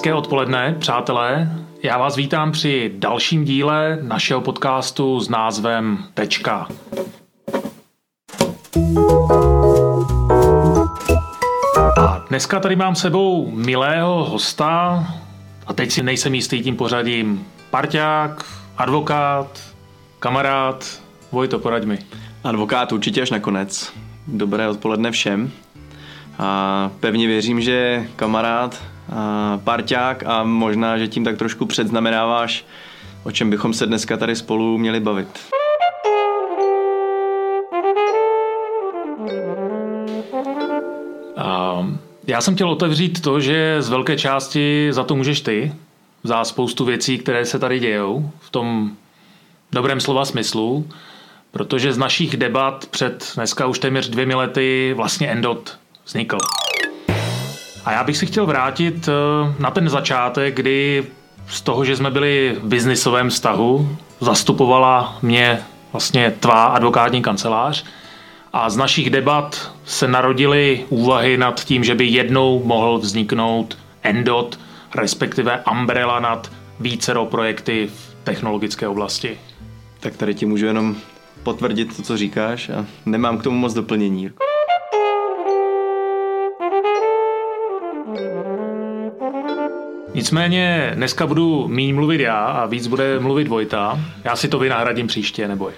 Hezké odpoledne, přátelé. Já vás vítám při dalším díle našeho podcastu s názvem Tečka. A dneska tady mám sebou milého hosta a teď si nejsem jistý tím pořadím. Parťák, advokát, kamarád. Vojto, poraď mi. Advokát určitě až nakonec. Dobré odpoledne všem. A pevně věřím, že kamarád, parťák a možná, že tím tak trošku předznamenáváš, o čem bychom se dneska tady spolu měli bavit. Já jsem chtěl otevřít to, že z velké části za to můžeš ty, za spoustu věcí, které se tady dějou, v tom dobrém slova smyslu, protože z našich debat před dneska už téměř 2 lety vlastně Endot vznikl. A já bych si chtěl vrátit na ten začátek, kdy z toho, že jsme byli v biznisovém vztahu, zastupovala mě vlastně tvá advokátní kancelář a z našich debat se narodily úvahy nad tím, že by jednou mohl vzniknout Endot, respektive umbrella nad vícero projekty v technologické oblasti. Tak tady ti můžu jenom potvrdit to, co říkáš a nemám k tomu moc doplnění. Nicméně dneska budu míň mluvit já a víc bude mluvit Vojta. Já si to vynahradím příště, neboj.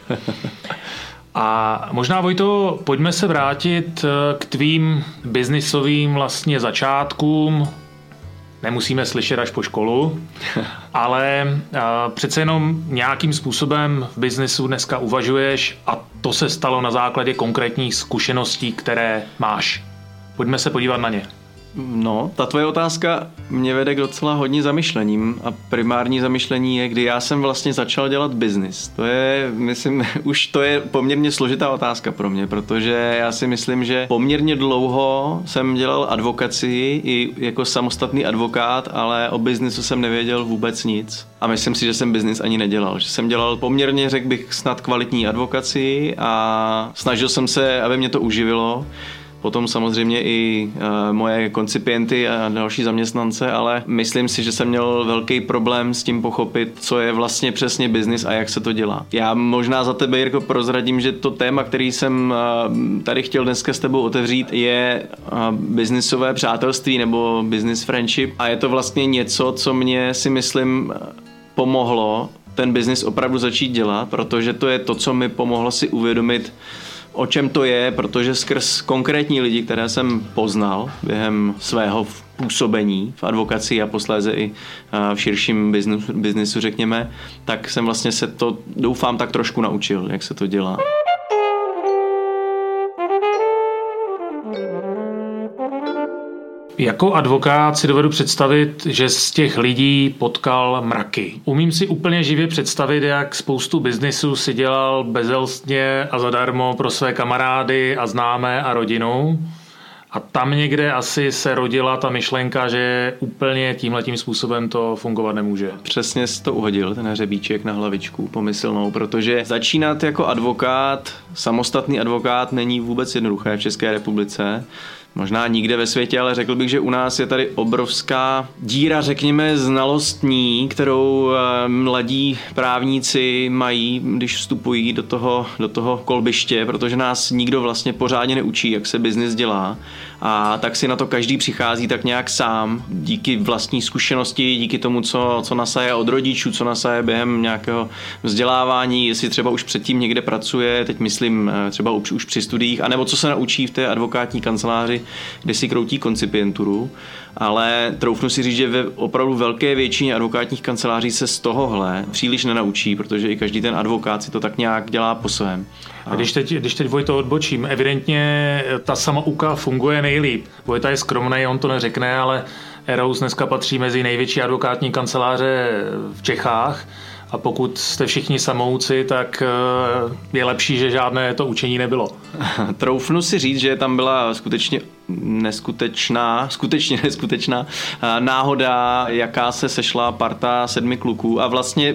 A možná, Vojto, pojďme se vrátit k tvým biznisovým vlastně začátkům. Nemusíme slyšet až po školu, ale přece jenom nějakým způsobem v biznisu dneska uvažuješ a to se stalo na základě konkrétních zkušeností, které máš. Pojďme se podívat na ně. No, ta tvoje otázka mě vede k docela hodně zamyšlením a primární zamyšlení je, kdy já jsem vlastně začal dělat biznis. To je, myslím, už to je poměrně složitá otázka pro mě, protože já si myslím, že poměrně dlouho jsem dělal advokacii i jako samostatný advokát, ale o biznisu jsem nevěděl vůbec nic. A myslím si, že jsem biznis ani nedělal. Že jsem dělal poměrně, řekl bych, snad kvalitní advokacii a snažil jsem se, aby mě to uživilo. Potom samozřejmě i moje koncipienty a další zaměstnance, ale myslím si, že jsem měl velký problém s tím pochopit, co je vlastně přesně biznis a jak se to dělá. Já možná za tebe, Jirko, prozradím, že to téma, který jsem tady chtěl dneska s tebou otevřít, je biznisové přátelství nebo business friendship a je to vlastně něco, co mě si myslím pomohlo ten biznis opravdu začít dělat, protože to je to, co mi pomohlo si uvědomit, o čem to je, protože skrz konkrétní lidi, které jsem poznal během svého působení v advokacii a posléze i v širším biznisu, řekněme, tak jsem vlastně se to, doufám, tak trošku naučil, jak se to dělá. Jako advokát si dovedu představit, že z těch lidí potkal mraky. Umím si úplně živě představit, jak spoustu biznisu si dělal bezelstně a zadarmo pro své kamarády a známé a rodinu. A tam někde asi se rodila ta myšlenka, že úplně tímhletím způsobem to fungovat nemůže. Přesně jsi to uhodil, ten hřebíček na hlavičku pomyslnou, protože začínat jako advokát, samostatný advokát není vůbec jednoduché v České republice. Možná nikde ve světě, ale řekl bych, že u nás je tady obrovská díra, řekněme, znalostní, kterou mladí právníci mají, když vstupují do toho kolbiště, protože nás nikdo vlastně pořádně neučí, jak se biznis dělá. A tak si na to každý přichází tak nějak sám, díky vlastní zkušenosti, díky tomu, co nasaje od rodičů, co nasaje během nějakého vzdělávání, jestli třeba už předtím někde pracuje, teď myslím třeba už při studiích, anebo co se naučí v té advokátní kanceláři, kde si kroutí koncipienturu, ale troufnu si říct, že ve opravdu velké většině advokátních kanceláří se z tohohle příliš nenaučí, protože i každý ten advokát si to tak nějak dělá po svém. Když teď Vojto odbočím, evidentně ta samouka funguje nejlíp. Vojta je skromnej, on to neřekne, ale Eros dneska patří mezi největší advokátní kanceláře v Čechách. A pokud jste všichni samouci, tak je lepší, že žádné to učení nebylo. Troufnu si říct, že tam byla skutečně neskutečná náhoda, jaká se sešla parta 7 kluků a vlastně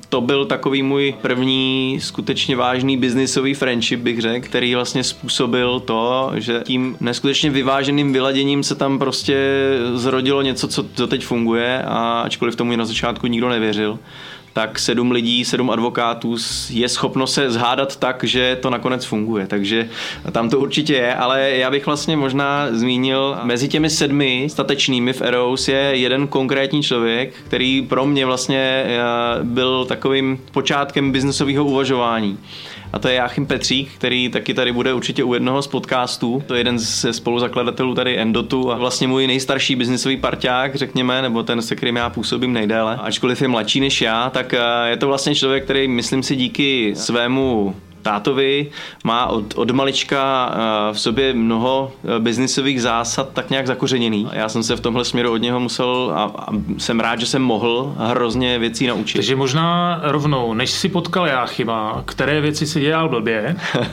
to byl takový můj první skutečně vážný biznisový friendship, bych řekl, který vlastně způsobil to, že tím neskutečně vyváženým vyladěním se tam prostě zrodilo něco, co teď funguje, a ačkoliv tomu na začátku nikdo nevěřil, tak 7 lidí, 7 advokátů je schopno se zhádat tak, že to nakonec funguje. Takže tam to určitě je, ale já bych vlastně možná zmínil, mezi těmi 7 statečnými v Eros je jeden konkrétní člověk, který pro mě vlastně byl takovým počátkem biznesového uvažování. A to je Jáchym Petřík, který taky tady bude určitě u jednoho z podcastů. To je jeden ze spoluzakladatelů tady Endotu a vlastně můj nejstarší biznisový parťák, řekněme, nebo ten, se kterým já působím nejdéle. Ačkoliv je mladší než já, tak je to vlastně člověk, který, myslím si, díky svému tátovi má od malička v sobě mnoho biznisových zásad tak nějak zakořeněný. Já jsem se v tomhle směru od něho musel a jsem rád, že jsem mohl hrozně věcí naučit. Takže možná rovnou, než si potkal Jáchyma, které věci si dělal blbě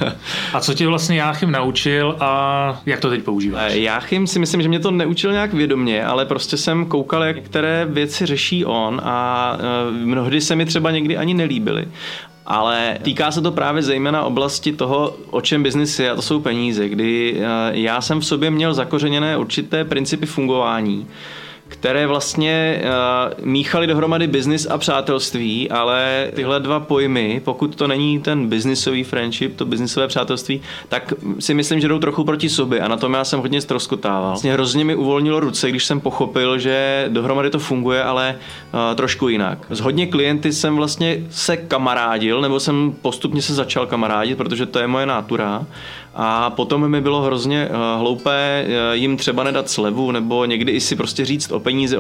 a co tě vlastně Jáchym naučil a jak to teď používáš? Jáchym si myslím, že mě to neučil nějak vědomě, ale prostě jsem koukal, jak které věci řeší on a mnohdy se mi třeba někdy ani nelíbily. Ale týká se to právě zejména oblasti toho, o čem biznis je, a to jsou peníze, kdy já jsem v sobě měl zakořeněné určité principy fungování, které vlastně míchaly dohromady biznis a přátelství, ale tyhle dva pojmy, pokud to není ten biznisový friendship, to biznisové přátelství, tak si myslím, že jdou trochu proti sobě a na tom já jsem hodně ztroskotával. Vlastně hrozně mi uvolnilo ruce, když jsem pochopil, že dohromady to funguje, ale trošku jinak. S hodně klienty jsem vlastně se kamarádil, nebo jsem postupně se začal kamarádit, protože to je moje nátura. A potom mi bylo hrozně hloupé jim třeba nedat slevu, nebo někdy i si prostě říct o peníze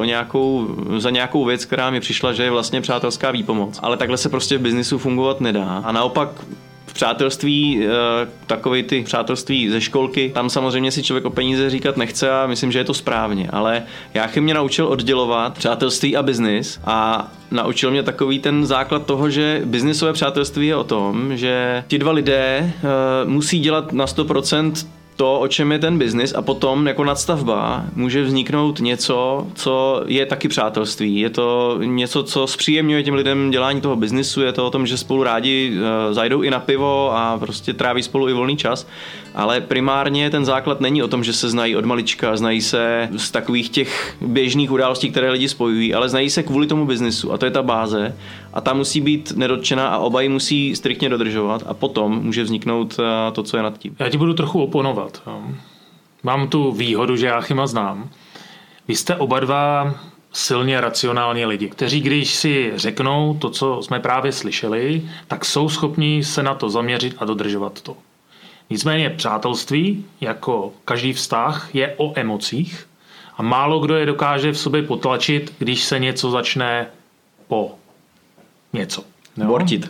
za nějakou věc, která mi přišla, že je vlastně přátelská výpomoc. Ale takhle se prostě v biznisu fungovat nedá. A naopak v přátelství, takové ty přátelství ze školky, tam samozřejmě si člověk o peníze říkat nechce a myslím, že je to správně. Ale Jáchym mě naučil oddělovat přátelství a biznis a naučil mě takový ten základ toho, že biznisové přátelství je o tom, že ti dva lidé musí dělat na 100% to, o čem je ten biznis, a potom jako nadstavba může vzniknout něco, co je taky přátelství. Je to něco, co zpříjemňuje těm lidem dělání toho biznisu, je to o tom, že spolu rádi zajdou i na pivo a prostě tráví spolu i volný čas, ale primárně ten základ není o tom, že se znají od malička, znají se z takových těch běžných událostí, které lidi spojují, ale znají se kvůli tomu biznisu a to je ta báze a ta musí být nedotčená a oba ji musí striktně dodržovat a potom může vzniknout to, co je nad tím. Já ti budu trochu oponovat. Mám tu výhodu, že Jáchyma znám. Vy jste oba dva silně racionální lidi, kteří když si řeknou to, co jsme právě slyšeli, tak jsou schopni se na to zaměřit a dodržovat to. Nicméně přátelství, jako každý vztah, je o emocích a málo kdo je dokáže v sobě potlačit, když se něco začne po něco. Bortit.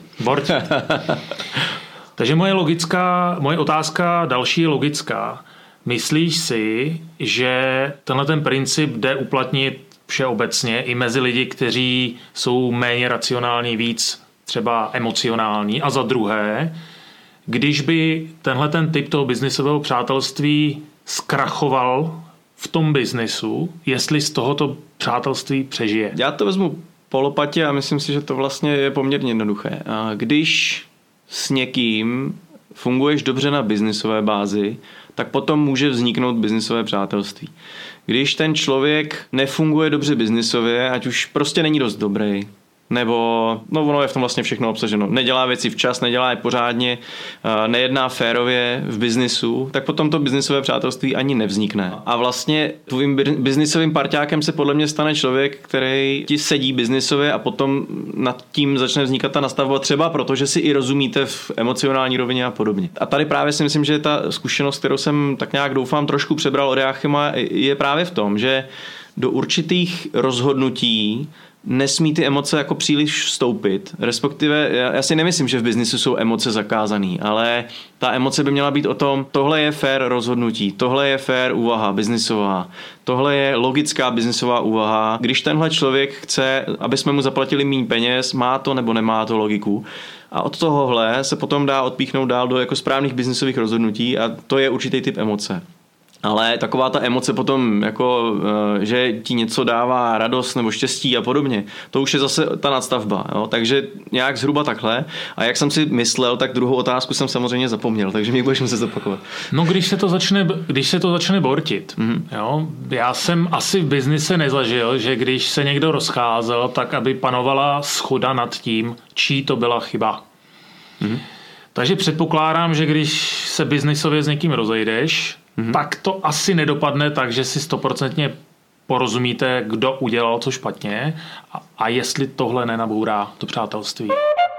Takže moje otázka další je logická. Myslíš si, že tenhle ten princip jde uplatnit všeobecně i mezi lidi, kteří jsou méně racionální, víc třeba emocionální? A za druhé, když by tenhle ten typ toho biznisového přátelství zkrachoval v tom biznisu, jestli z tohoto přátelství přežije? Já to vezmu po lopatě a myslím si, že to vlastně je poměrně jednoduché. Když s někým funguješ dobře na biznisové bázi, tak potom může vzniknout biznisové přátelství. Když ten člověk nefunguje dobře biznisově, ať už prostě není dost dobrý, nebo ono je v tom vlastně všechno obsaženo. Nedělá věci včas, nedělá je pořádně, nejedná férově v biznisu, tak potom to biznisové přátelství ani nevznikne. A vlastně tvým biznisovým parťákem se podle mě stane člověk, který ti sedí biznisově a potom nad tím začne vznikat ta nastavba třeba proto, že si i rozumíte v emocionální rovině a podobně. A tady právě si myslím, že ta zkušenost, kterou jsem tak nějak doufám trošku přebral od Jáchyma, je právě v tom, že do určitých rozhodnutí nesmí ty emoce jako příliš vstoupit, respektive já si nemyslím, že v biznisu jsou emoce zakázaný, ale ta emoce by měla být o tom, tohle je fair rozhodnutí, tohle je fair úvaha biznisová, tohle je logická biznisová úvaha. Když tenhle člověk chce, aby jsme mu zaplatili méně peněz, má to nebo nemá to logiku. A od tohohle se potom dá odpíchnout dál do jako správných biznisových rozhodnutí a to je určitý typ emoce. Ale taková ta emoce potom, jako, že ti něco dává radost nebo štěstí a podobně, to už je zase ta nadstavba. Jo? Takže nějak zhruba takhle. A jak jsem si myslel, tak druhou otázku jsem samozřejmě zapomněl, takže mi budeš muset zopakovat. No, když se to začne bortit. Jo? Já jsem asi v biznise nezažil, že když se někdo rozcházel, tak aby panovala shoda nad tím, čí to byla chyba. Takže předpokládám, že když se biznisově s někým rozejdeš, tak to asi nedopadne tak, že si 100% porozumíte, kdo udělal co špatně a jestli tohle nenabourá to přátelství.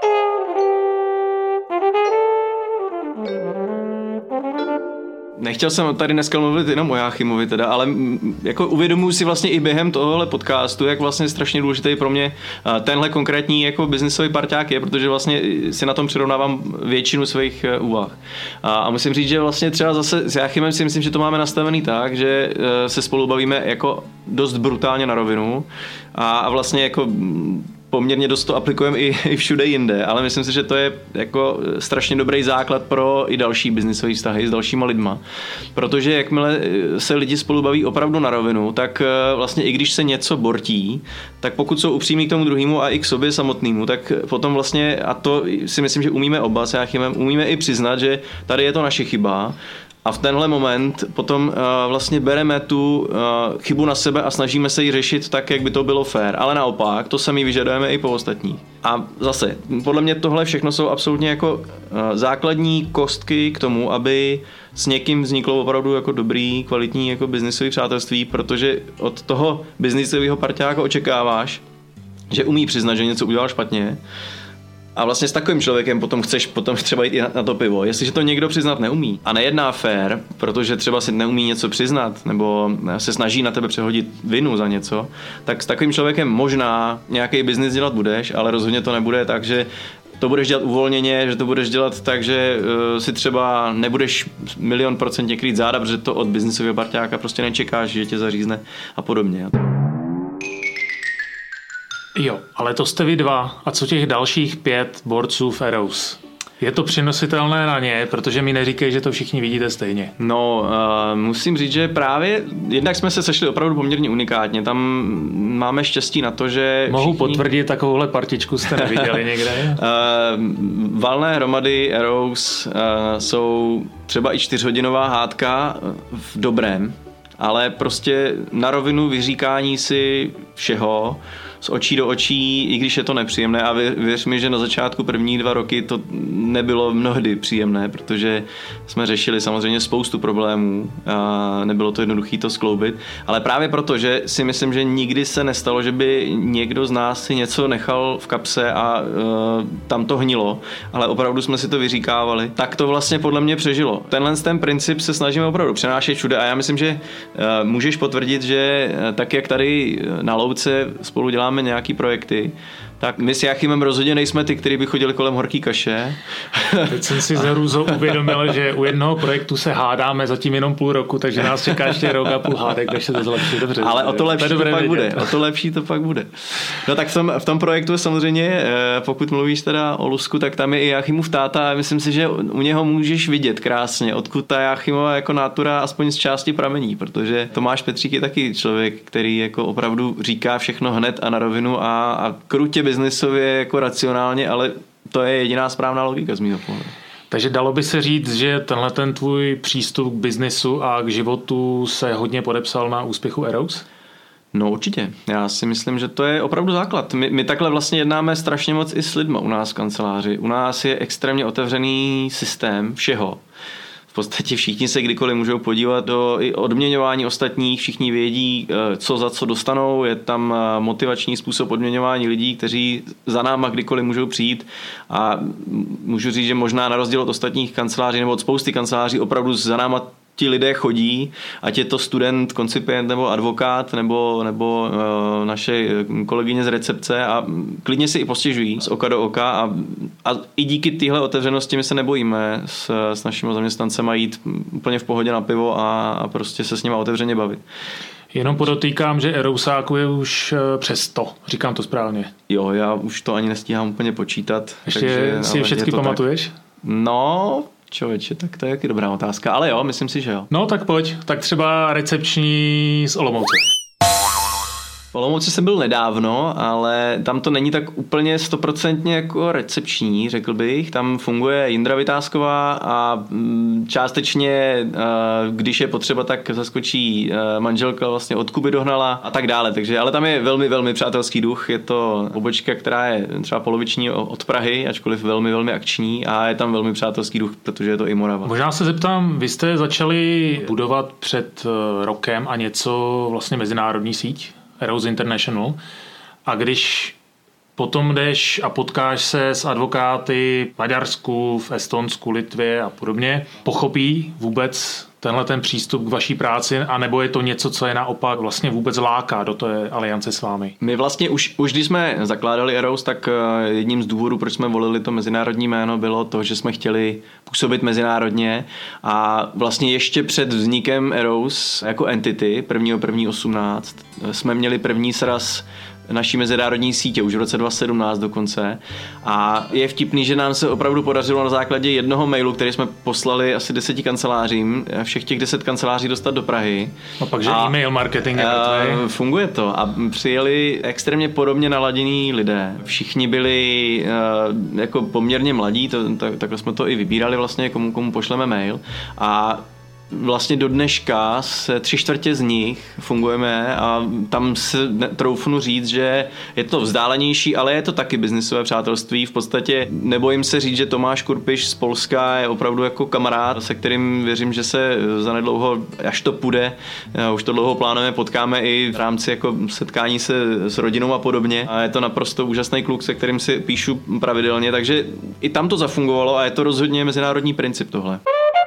Nechtěl jsem tady dneska mluvit jenom o Jáchymovi teda, ale jako uvědomuji si vlastně i během tohohle podcastu, jak vlastně strašně důležitý pro mě tenhle konkrétní jako biznisový parťák je, protože vlastně si na tom přirovnávám většinu svých úvah. A musím říct, že vlastně třeba zase s Jáchymem si myslím, že to máme nastavený tak, že se spolu bavíme jako dost brutálně na rovinu a vlastně jako poměrně dost to aplikujeme i všude jinde, ale myslím si, že to je jako strašně dobrý základ pro i další biznisové vztahy s dalšíma lidma. Protože jakmile se lidi spolu baví opravdu na rovinu, tak vlastně i když se něco bortí, tak pokud jsou upřímní k tomu druhému a i k sobě samotnému, tak potom vlastně, a to si myslím, že umíme oba s Jáchymem, umíme i přiznat, že tady je to naše chyba. A v tenhle moment potom vlastně bereme tu chybu na sebe a snažíme se ji řešit tak, jak by to bylo fair. Ale naopak, to sami vyžadujeme i po ostatních. A zase, podle mě tohle všechno jsou absolutně jako základní kostky k tomu, aby s někým vzniklo opravdu jako dobrý, kvalitní jako biznisový přátelství, protože od toho biznisového parťáka očekáváš, že umí přiznat, že něco udělal špatně. A vlastně s takovým člověkem potom chceš třeba jít i na to pivo. Jestliže to někdo přiznat neumí a nejedná fair, protože třeba si neumí něco přiznat nebo se snaží na tebe přehodit vinu za něco, tak s takovým člověkem možná nějaký biznis dělat budeš, ale rozhodně to nebude tak, že to budeš dělat uvolněně, že to budeš dělat tak, že si třeba nebudeš 100% krýt záda, protože to od biznisového parťáka prostě nečekáš, že tě zařízne a podobně. Jo, ale to jste vy dva. A co těch dalších 5 borců v Eros? Je to přenositelné na ně, protože mi neříkají, že to všichni vidíte stejně. No, musím říct, že právě jednak jsme se sešli opravdu poměrně unikátně. Tam máme štěstí na to, že Mohu potvrdit, takovouhle partičku jste neviděli někde? Valné hromady Eros jsou třeba i 4hodinová hádka v dobrém, ale prostě na rovinu vyříkání si všeho z očí do očí, i když je to nepříjemné a věř mi, že na začátku první 2 roky to nebylo mnohdy příjemné, protože jsme řešili samozřejmě spoustu problémů a nebylo to jednoduché to skloubit, ale právě proto, že si myslím, že nikdy se nestalo, že by někdo z nás si něco nechal v kapse a tam to hnilo, ale opravdu jsme si to vyříkávali, tak to vlastně podle mě přežilo. Ten princip se snažíme opravdu přenášet všude a já myslím, že můžeš potvrdit, že tak, jak tady na Louce spolu děláme nějaký projekty, tak my s Jáchymem rozhodně nejsme ty, kteří by chodili kolem horký kaše. Teď jsem si za hrůzou uvědomil, že u jednoho projektu se hádáme zatím jenom půl roku, takže nás čeká ještě rok a půl hádek, než se to zlepší. Dobře. Ale o to lepší to pak bude. O to lepší to pak bude. No tak v tom projektu samozřejmě, pokud mluvíš teda o Lusku, tak tam je i Jáchymův táta a myslím si, že u něho můžeš vidět krásně, odkud ta Jáchymova jako nátura aspoň z části pramení, protože Tomáš Petřík je taky člověk, který jako opravdu říká všechno hned a na rovinu a krutě biznisově jako racionálně, ale to je jediná správná logika z mého pohledu. Takže dalo by se říct, že tenhle ten tvůj přístup k biznisu a k životu se hodně podepsal na úspěchu Eros? No určitě. Já si myslím, že to je opravdu základ. My takhle vlastně jednáme strašně moc i s lidma u nás v kanceláři. U nás je extrémně otevřený systém všeho. V podstatě všichni se kdykoliv můžou podívat do odměňování ostatních, všichni vědí, co za co dostanou, je tam motivační způsob odměňování lidí, kteří za náma kdykoliv můžou přijít a můžu říct, že možná na rozdíl od ostatních kanceláří nebo od spousty kanceláří opravdu za náma ti lidé chodí, ať je to student, koncipient nebo advokát nebo naše kolegyně z recepce a klidně si i postěžují z oka do oka a i díky téhle otevřenosti my se nebojíme s našimi zaměstnancemi jít úplně v pohodě na pivo a prostě se s nimi otevřeně bavit. Jenom podotýkám, že Erousáků je už přes 100. Říkám to správně. Jo, já už to ani nestíhám úplně počítat. Ještě si je všechny pamatuješ? No, Člověče, tak to je taky dobrá otázka, ale jo, myslím si, že jo. No tak pojď, tak třeba recepční z Olomouce. V Olomouci jsem byl nedávno, ale tam to není tak úplně 100% jako recepční, řekl bych. Tam funguje Jindra Vytázková a částečně, když je potřeba, tak zaskočí manželka vlastně od Kuby Dohnala a tak dále. Takže, ale tam je velmi, velmi přátelský duch. Je to pobočka, která je třeba poloviční od Prahy, ačkoliv velmi, velmi akční a je tam velmi přátelský duch, protože je to i Morava. Možná se zeptám, vy jste začali budovat před rokem a něco vlastně mezinárodní síť? Eros International. A když potom jdeš a potkáš se s advokáty v Maďarsku, v Estonsku, Litvě a podobně, pochopí vůbec tenhle ten přístup k vaší práci, anebo je to něco, co je naopak vlastně vůbec láká do té aliance s vámi? My vlastně už když jsme zakládali Eros, tak jedním z důvodů, proč jsme volili to mezinárodní jméno, bylo to, že jsme chtěli působit mezinárodně a vlastně ještě před vznikem Eros jako entity 1.1.18 jsme měli první sraz naší mezinárodní sítě, už v roce 2017 dokonce. A je vtipný, že nám se opravdu podařilo na základě jednoho mailu, který jsme poslali asi 10 kancelářím, všech těch 10 kanceláří dostat do Prahy. A pak, že e-mail marketing je mrtvý. Funguje to a přijeli extrémně podobně naladění lidé. Všichni byli jako poměrně mladí, takhle jsme to i vybírali vlastně, komu pošleme mail. A vlastně do dneška se 3/4 z nich fungujeme a tam se troufnu říct, že je to vzdálenější, ale je to taky biznisové přátelství. V podstatě nebojím se říct, že Tomáš Kurpiš z Polska je opravdu jako kamarád, se kterým věřím, že se zanedlouho, až to půjde, už to dlouho plánujeme, potkáme i v rámci jako setkání se s rodinou a podobně. A je to naprosto úžasný kluk, se kterým si píšu pravidelně, takže i tam to zafungovalo a je to rozhodně mezinárodní princip tohle.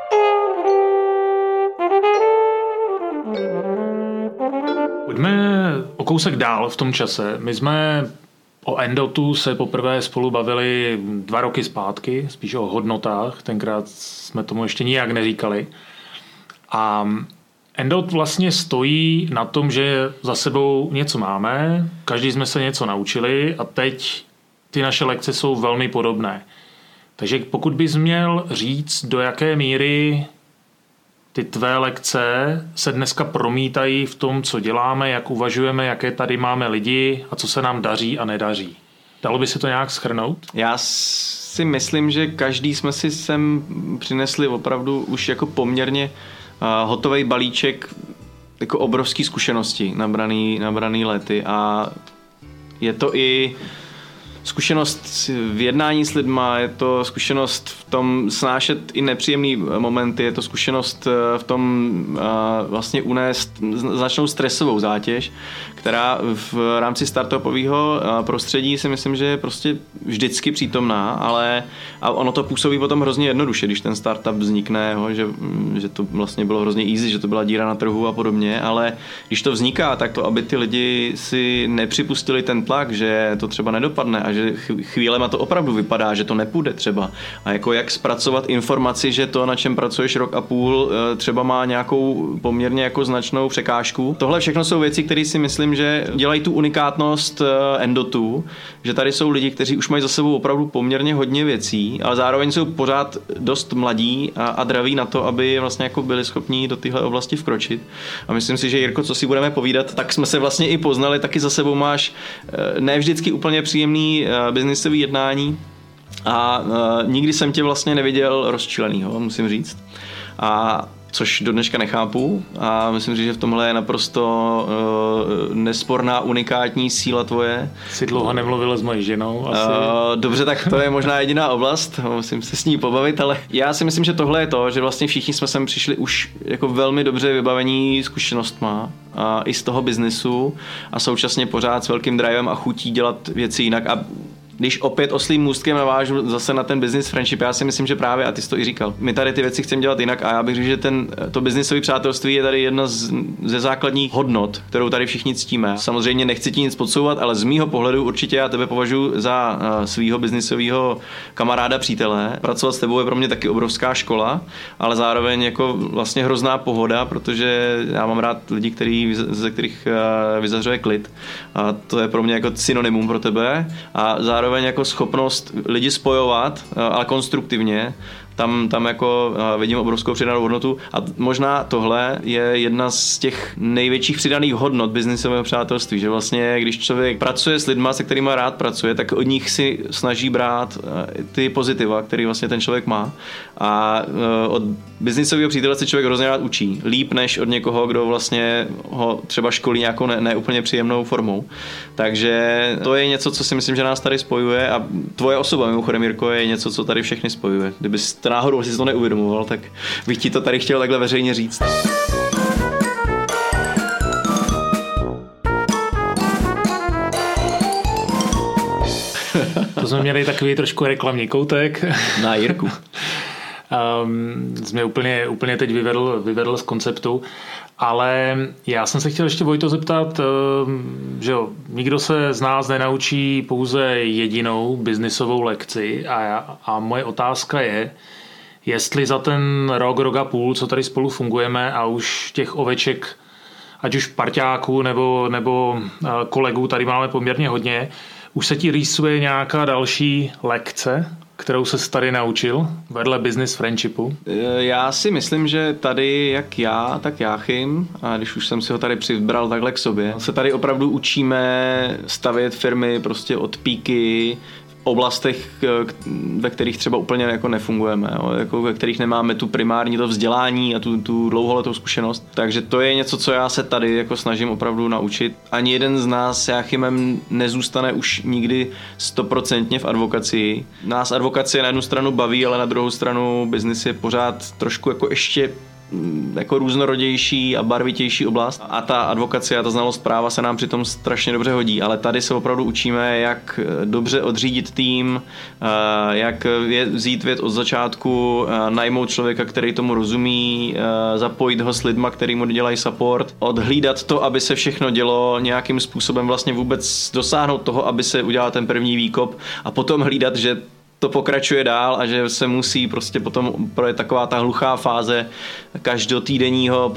Pojďme o kousek dál v tom čase. My jsme o Endotu se poprvé spolu bavili 2 roky zpátky, spíš o hodnotách, tenkrát jsme tomu ještě nijak neříkali. A Endot vlastně stojí na tom, že za sebou něco máme, každý jsme se něco naučili a teď ty naše lekce jsou velmi podobné. Takže pokud bys měl říct, do jaké míry ty tvé lekce se dneska promítají v tom, co děláme, jak uvažujeme, jaké tady máme lidi a co se nám daří a nedaří. Dalo by se to nějak shrnout? Já si myslím, že každý jsme si sem přinesli opravdu už jako poměrně hotový balíček jako obrovský zkušenosti nabraný lety a je to i zkušenost v jednání s lidma, je to zkušenost v tom snášet i nepříjemný momenty, je to zkušenost v tom vlastně unést značnou stresovou zátěž, která v rámci startupového prostředí si myslím, že je prostě vždycky přítomná, ale a ono to působí potom hrozně jednoduše, když ten startup vznikne, že to vlastně bylo hrozně easy, že to byla díra na trhu a podobně, ale když to vzniká, tak to, aby ty lidi si nepřipustili ten tlak, že to třeba nedopadne a že chvílema to opravdu vypadá, že to nepůjde třeba. A jako jak zpracovat informaci, že to, na čem pracuješ rok a půl, třeba má nějakou poměrně jako značnou překážku. Tohle všechno jsou věci, které si myslím, že dělají tu unikátnost Endotu, že tady jsou lidi, kteří už mají za sebou opravdu poměrně hodně věcí, ale zároveň jsou pořád dost mladí a draví na to, aby vlastně jako byli schopní do téhle oblasti vkročit. A myslím si, že Jirko, co si budeme povídat, tak jsme se vlastně i poznali, taky za sebou máš ne vždycky úplně příjemný biznisový jednání a nikdy jsem tě vlastně neviděl rozčilenýho, musím říct. A což do dneška nechápu a myslím si, že v tomhle je naprosto nesporná, unikátní síla tvoje. Jsi dlouho nemluvil s mojí ženou asi. Dobře, tak to je možná jediná oblast, musím se s ní pobavit, ale já si myslím, že tohle je to, že vlastně všichni jsme sem přišli už jako velmi dobře vybavení zkušenostma a i z toho biznesu a současně pořád s velkým drivem a chutí dělat věci jinak a když opět oslým můstkem navážu zase na ten business friendship, já si myslím, že právě, a ty jsi to i říkal, my tady ty věci chceme dělat jinak a já bych řekl, že to businessové přátelství je tady jedna ze základních hodnot, kterou tady všichni ctíme. Samozřejmě nechci ti nic podsouvat, ale z mýho pohledu určitě já tebe považuji za svýho businessového kamaráda, přítele. Pracovat s tebou je pro mě taky obrovská škola, ale zároveň jako vlastně hrozná pohoda, protože já mám rád lidi, ze kterých vyzařuje klid. A to je pro mě jako synonymum pro tebe a zároveň jako schopnost lidi spojovat, ale konstruktivně, tam jako vidím obrovskou přidanou hodnotu a možná tohle je jedna z těch největších přidaných hodnot biznisového přátelství, že vlastně když člověk pracuje s lidma, se kterými rád pracuje, tak od nich si snaží brát ty pozitiva, který vlastně ten člověk má a od biznisového přítele se člověk hrozně rád učí. Líp než od někoho, kdo vlastně ho třeba školí nějakou neúplně příjemnou formou. Takže to je něco, co si myslím, že nás tady spojuje a tvoje osoba, mimochodem, Jirko, je něco, co tady všechny spojuje. Kdybyste náhodou si to neuvědomoval, tak bych ti to tady chtěl takhle veřejně říct. To jsme měli takový trošku reklamní koutek. Na Jirku. Jsi mě úplně teď vyvedl z konceptu, ale já jsem se chtěl ještě, Vojto, zeptat, že jo, nikdo se z nás nenaučí pouze jedinou biznisovou lekci a moje otázka je, jestli za ten rok a půl, co tady spolu fungujeme a už těch oveček, ať už parťáků nebo kolegů tady máme poměrně hodně, už se ti rýsuje nějaká další lekce, kterou se tady naučil vedle business friendshipu? Já si myslím, že tady jak já, tak Jáchym, a když už jsem si ho tady přibral takhle k sobě, se tady opravdu učíme stavět firmy prostě od píky, oblastech, ve kterých třeba úplně jako nefungujeme, jako ve kterých nemáme tu primární to vzdělání a tu dlouholetou zkušenost. Takže to je něco, co já se tady jako snažím opravdu naučit. Ani jeden z nás s Jáchymem nezůstane už nikdy 100% v advokacii. Nás advokacie na jednu stranu baví, ale na druhou stranu biznis je pořád trošku jako ještě jako různorodější a barvitější oblast a ta advokacie a ta znalost práva se nám přitom strašně dobře hodí, ale tady se opravdu učíme, jak dobře odřídit tým, jak vzít věc od začátku, najmout člověka, který tomu rozumí, zapojit ho s lidma, který mu dělají support, odhlídat to, aby se všechno dělo nějakým způsobem, vlastně vůbec dosáhnout toho, aby se udělal ten první výkop a potom hlídat, že to pokračuje dál a že se musí prostě potom projet taková ta hluchá fáze každodenního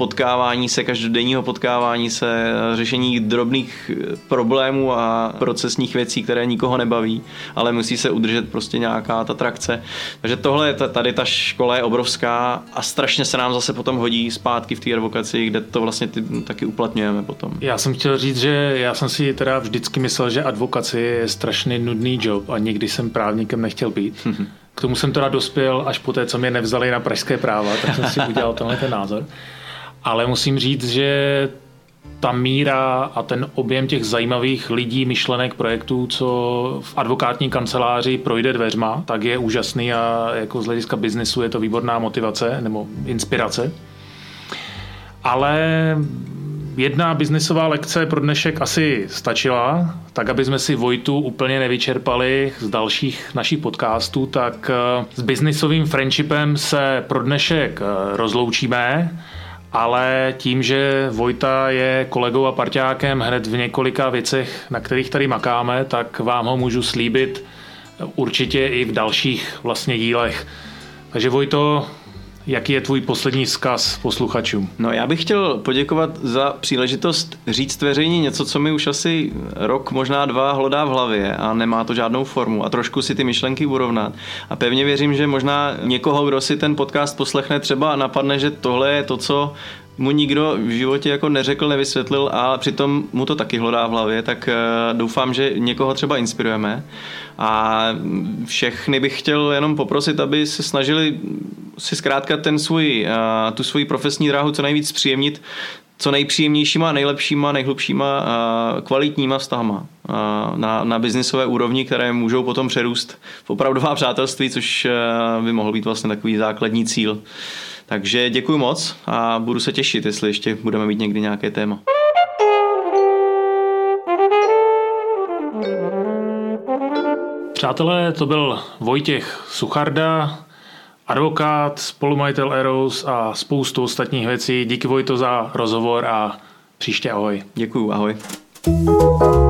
potkávání se, řešení drobných problémů a procesních věcí, které nikoho nebaví, ale musí se udržet prostě nějaká ta trakce. Takže tohle, tady ta škola je obrovská a strašně se nám zase potom hodí zpátky v té advokaci, kde to vlastně taky uplatňujeme potom. Já jsem chtěl říct, že já jsem si teda vždycky myslel, že advokacie je strašně nudný job a nikdy jsem právníkem nechtěl být. K tomu jsem teda dospěl až po té, co mě nevzali na pražské práva, tak jsem si udělal tenhle ten názor. Ale musím říct, že ta míra a ten objem těch zajímavých lidí, myšlenek, projektů, co v advokátní kanceláři projde dveřma, tak je úžasný a jako z hlediska biznesu je to výborná motivace nebo inspirace. Ale jedna biznisová lekce pro dnešek asi stačila, tak aby jsme si Vojtu úplně nevyčerpali z dalších našich podcastů, tak s biznisovým friendshipem se pro dnešek rozloučíme, ale tím, že Vojta je kolegou a parťákem hned v několika věcech, na kterých tady makáme, tak vám ho můžu slíbit určitě i v dalších vlastně dílech. Takže Vojto, jaký je tvůj poslední vzkaz posluchačům? No, já bych chtěl poděkovat za příležitost říct veřejně něco, co mi už asi rok, možná 2 hlodá v hlavě a nemá to žádnou formu a trošku si ty myšlenky urovnat. A pevně věřím, že možná někoho, kdo si ten podcast poslechne, třeba napadne, že tohle je to, co mu nikdo v životě jako neřekl, nevysvětlil a přitom mu to taky hlodá v hlavě, tak doufám, že někoho třeba inspirujeme. A všechny bych chtěl jenom poprosit, aby se snažili si zkrátka tu svoji profesní dráhu co nejvíc zpříjemnit co nejpříjemnějšíma, nejlepšíma, nejhlubšíma kvalitníma vztahama na biznisové úrovni, které můžou potom přerůst v opravdová přátelství, což by mohl být vlastně takový základní cíl. Takže děkuji moc a budu se těšit, jestli ještě budeme mít někdy nějaké téma. Přátelé, to byl Vojtěch Sucharda, advokát, spolumajitel Eros a spoustu ostatních věcí. Díky, Vojto, za rozhovor a příště ahoj. Děkuju, ahoj.